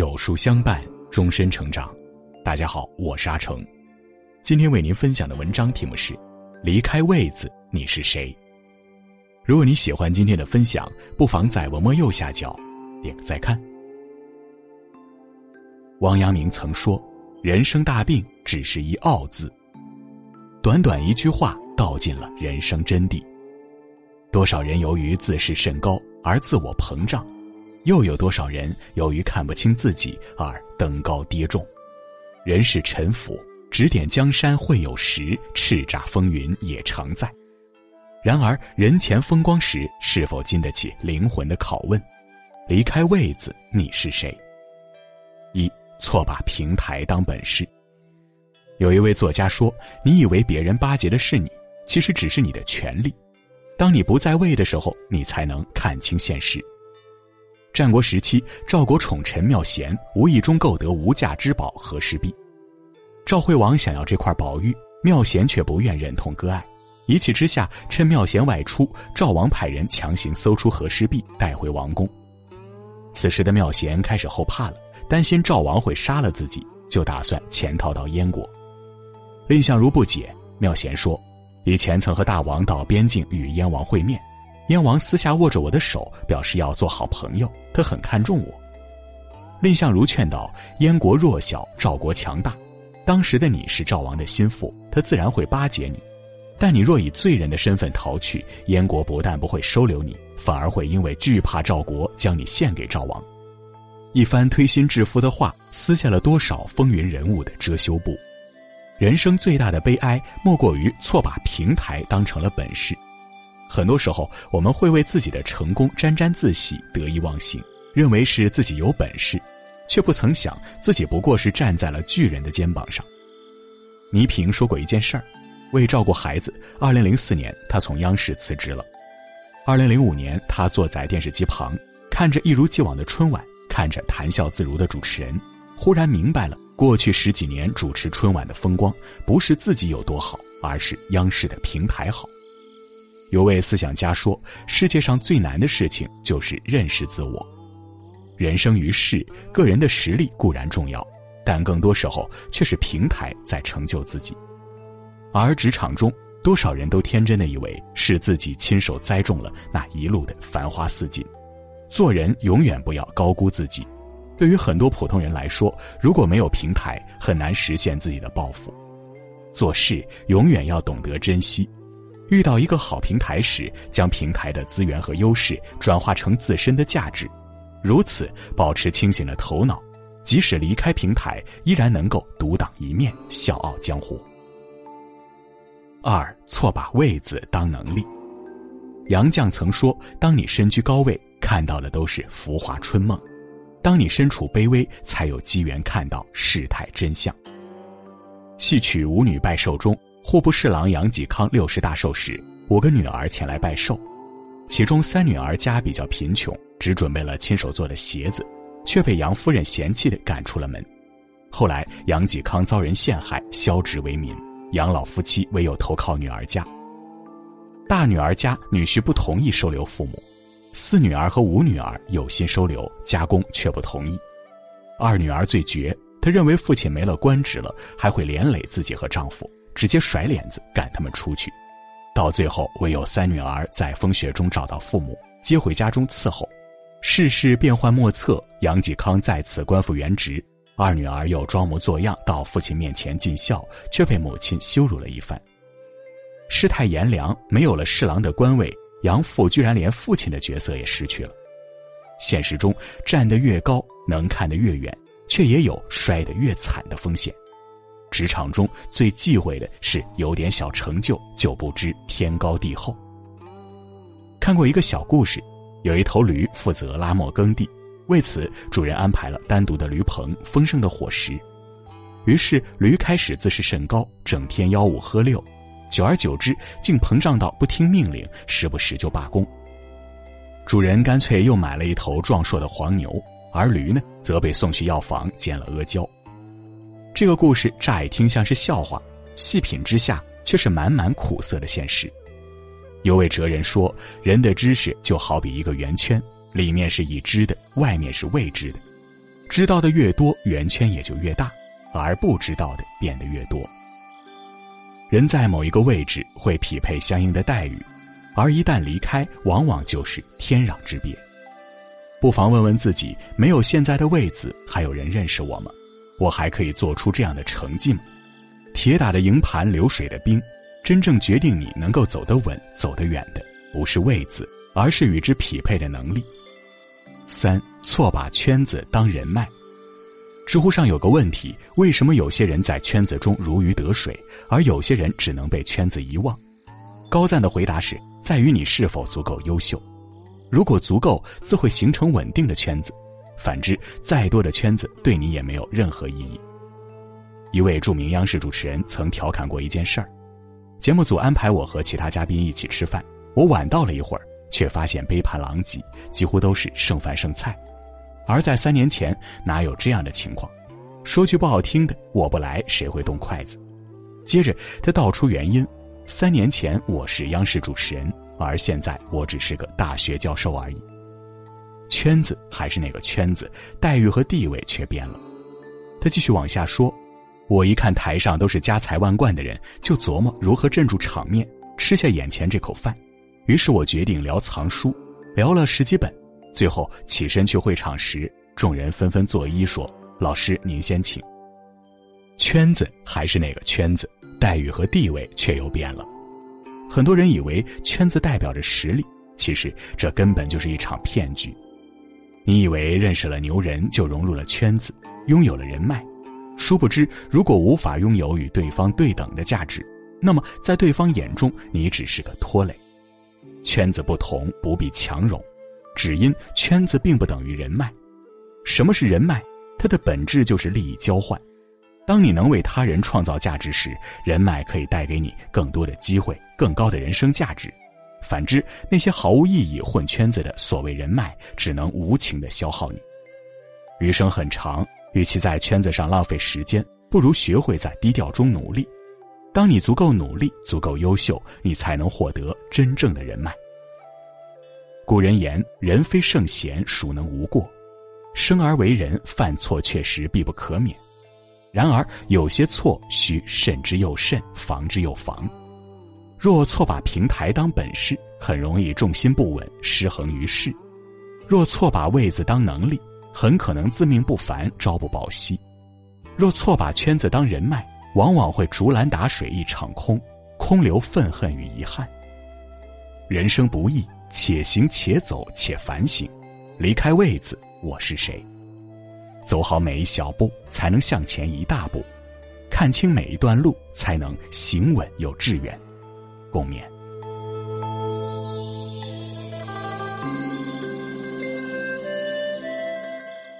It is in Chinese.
有书相伴，终身成长。大家好，我是阿成。今天为您分享的文章题目是离开位子，你是谁？如果你喜欢今天的分享，不妨在文末右下角点个再看。王阳明曾说，人生大病只是一傲字。短短一句话道尽了人生真谛。多少人由于自视甚高而自我膨胀，又有多少人由于看不清自己而登高跌重。人是沉浮，指点江山会有时，叱咤风云也常在。然而人前风光时，是否经得起灵魂的拷问？离开位子，你是谁？一，错把平台当本事。有一位作家说，你以为别人巴结的是你，其实只是你的权利。当你不在位的时候，你才能看清现实。战国时期，赵国宠臣妙贤无意中购得无价之宝和氏璧。赵惠王想要这块宝玉，妙贤却不愿忍痛割爱。一气之下，趁妙贤外出，赵王派人强行搜出和氏璧带回王宫。此时的妙贤开始后怕了，担心赵王会杀了自己，就打算潜逃到燕国。蔺相如不解，妙贤说，以前曾和大王到边境与燕王会面，燕王私下握着我的手，表示要做好朋友，他很看重我。蔺相如劝道，燕国弱小，赵国强大，当时的你是赵王的心腹，他自然会巴结你。但你若以罪人的身份逃去，燕国不但不会收留你，反而会因为惧怕赵国，将你献给赵王。一番推心置腹的话，撕下了多少风云人物的遮羞布。人生最大的悲哀，莫过于错把平台当成了本事。很多时候，我们会为自己的成功沾沾自喜，得意忘形，认为是自己有本事，却不曾想自己不过是站在了巨人的肩膀上。倪萍说过一件事儿，为照顾孩子，2004年他从央视辞职了。2005年，他坐在电视机旁，看着一如既往的春晚，看着谈笑自如的主持人，忽然明白了，过去10几年主持春晚的风光，不是自己有多好，而是央视的平台好。有位思想家说，世界上最难的事情就是认识自我。人生于世，个人的实力固然重要，但更多时候却是平台在成就自己。而职场中，多少人都天真的以为是自己亲手栽种了那一路的繁花似锦。做人永远不要高估自己。对于很多普通人来说，如果没有平台，很难实现自己的抱负。做事永远要懂得珍惜，遇到一个好平台时，将平台的资源和优势转化成自身的价值，如此保持清醒的头脑，即使离开平台，依然能够独当一面，笑傲江湖。二，错把位子当能力。杨绛曾说，当你身居高位，看到的都是浮华春梦，当你身处卑微，才有机缘看到世态真相。戏曲《舞女拜寿》中，户部侍郎杨继康60大寿时，5个女儿前来拜寿，其中3女儿家比较贫穷，只准备了亲手做的鞋子，却被杨夫人嫌弃地赶出了门。后来杨继康遭人陷害，削职为民，杨老夫妻唯有投靠女儿家。大女儿家女婿不同意收留父母，4女儿和5女儿有心收留，家公却不同意。2女儿最绝，她认为父亲没了官职了，还会连累自己和丈夫，直接甩脸子赶他们出去。到最后，唯有3女儿在风雪中找到父母，接回家中伺候。世事变幻莫测，杨继康再次官复原职，2女儿又装模作样到父亲面前尽孝，却被母亲羞辱了一番。世态炎凉，没有了侍郎的官位，杨父居然连父亲的角色也失去了。现实中，站得越高，能看得越远，却也有摔得越惨的风险。职场中最忌讳的是有点小成就就不知天高地厚。看过一个小故事，有一头驴负责拉磨耕地，为此主人安排了单独的驴棚，丰盛的伙食。于是驴开始自视甚高，整天吆五喝六，久而久之竟膨胀到不听命令，时不时就罢工。主人干脆又买了一头壮硕的黄牛，而驴呢，则被送去药房煎了阿胶。这个故事乍一听像是笑话，细品之下却是满满苦涩的现实。有位哲人说，人的知识就好比一个圆圈，里面是已知的，外面是未知的。 知道的越多，圆圈也就越大，而不知道的变得越多。人在某一个位置会匹配相应的待遇，而一旦离开，往往就是天壤之别。不妨问问自己，没有现在的位子，还有人认识我吗？我还可以做出这样的成绩吗？铁打的营盘流水的兵，真正决定你能够走得稳走得远的，不是位子，而是与之匹配的能力。3. 错把圈子当人脉。知乎上有个问题，为什么有些人在圈子中如鱼得水，而有些人只能被圈子遗忘？高赞的回答是，在于你是否足够优秀。如果足够，自会形成稳定的圈子，反之，再多的圈子对你也没有任何意义。一位著名央视主持人曾调侃过一件事儿，节目组安排我和其他嘉宾一起吃饭，我晚到了一会儿，却发现杯盘狼藉，几乎都是剩饭剩菜。而在3年前，哪有这样的情况？说句不好听的，我不来，谁会动筷子？接着他道出原因，3年前我是央视主持人，而现在我只是个大学教授而已。圈子还是那个圈子，待遇和地位却变了。他继续往下说，我一看台上都是家财万贯的人，就琢磨如何镇住场面，吃下眼前这口饭。于是我决定聊藏书，聊了10几本，最后起身去会场时，众人纷纷作揖说，老师您先请。圈子还是那个圈子，待遇和地位却又变了。很多人以为圈子代表着实力，其实这根本就是一场骗局。你以为认识了牛人就融入了圈子，拥有了人脉，殊不知如果无法拥有与对方对等的价值，那么在对方眼中你只是个拖累。圈子不同，不必强融，只因圈子并不等于人脉。什么是人脉？它的本质就是利益交换。当你能为他人创造价值时，人脉可以带给你更多的机会，更高的人生价值。反之，那些毫无意义混圈子的所谓人脉，只能无情地消耗你。余生很长，与其在圈子上浪费时间，不如学会在低调中努力。当你足够努力，足够优秀，你才能获得真正的人脉。古人言，人非圣贤，孰能无过？生而为人，犯错确实必不可免。然而有些错需慎之又慎，防之又防。若错把平台当本事，很容易重心不稳，失衡于世；若错把位子当能力，很可能自命不凡，朝不保夕；若错把圈子当人脉，往往会竹篮打水一场空，空留愤恨与遗憾。人生不易，且行且走且反省，离开位子，我是谁？走好每一小步，才能向前一大步；看清每一段路，才能行稳有致远。共勉。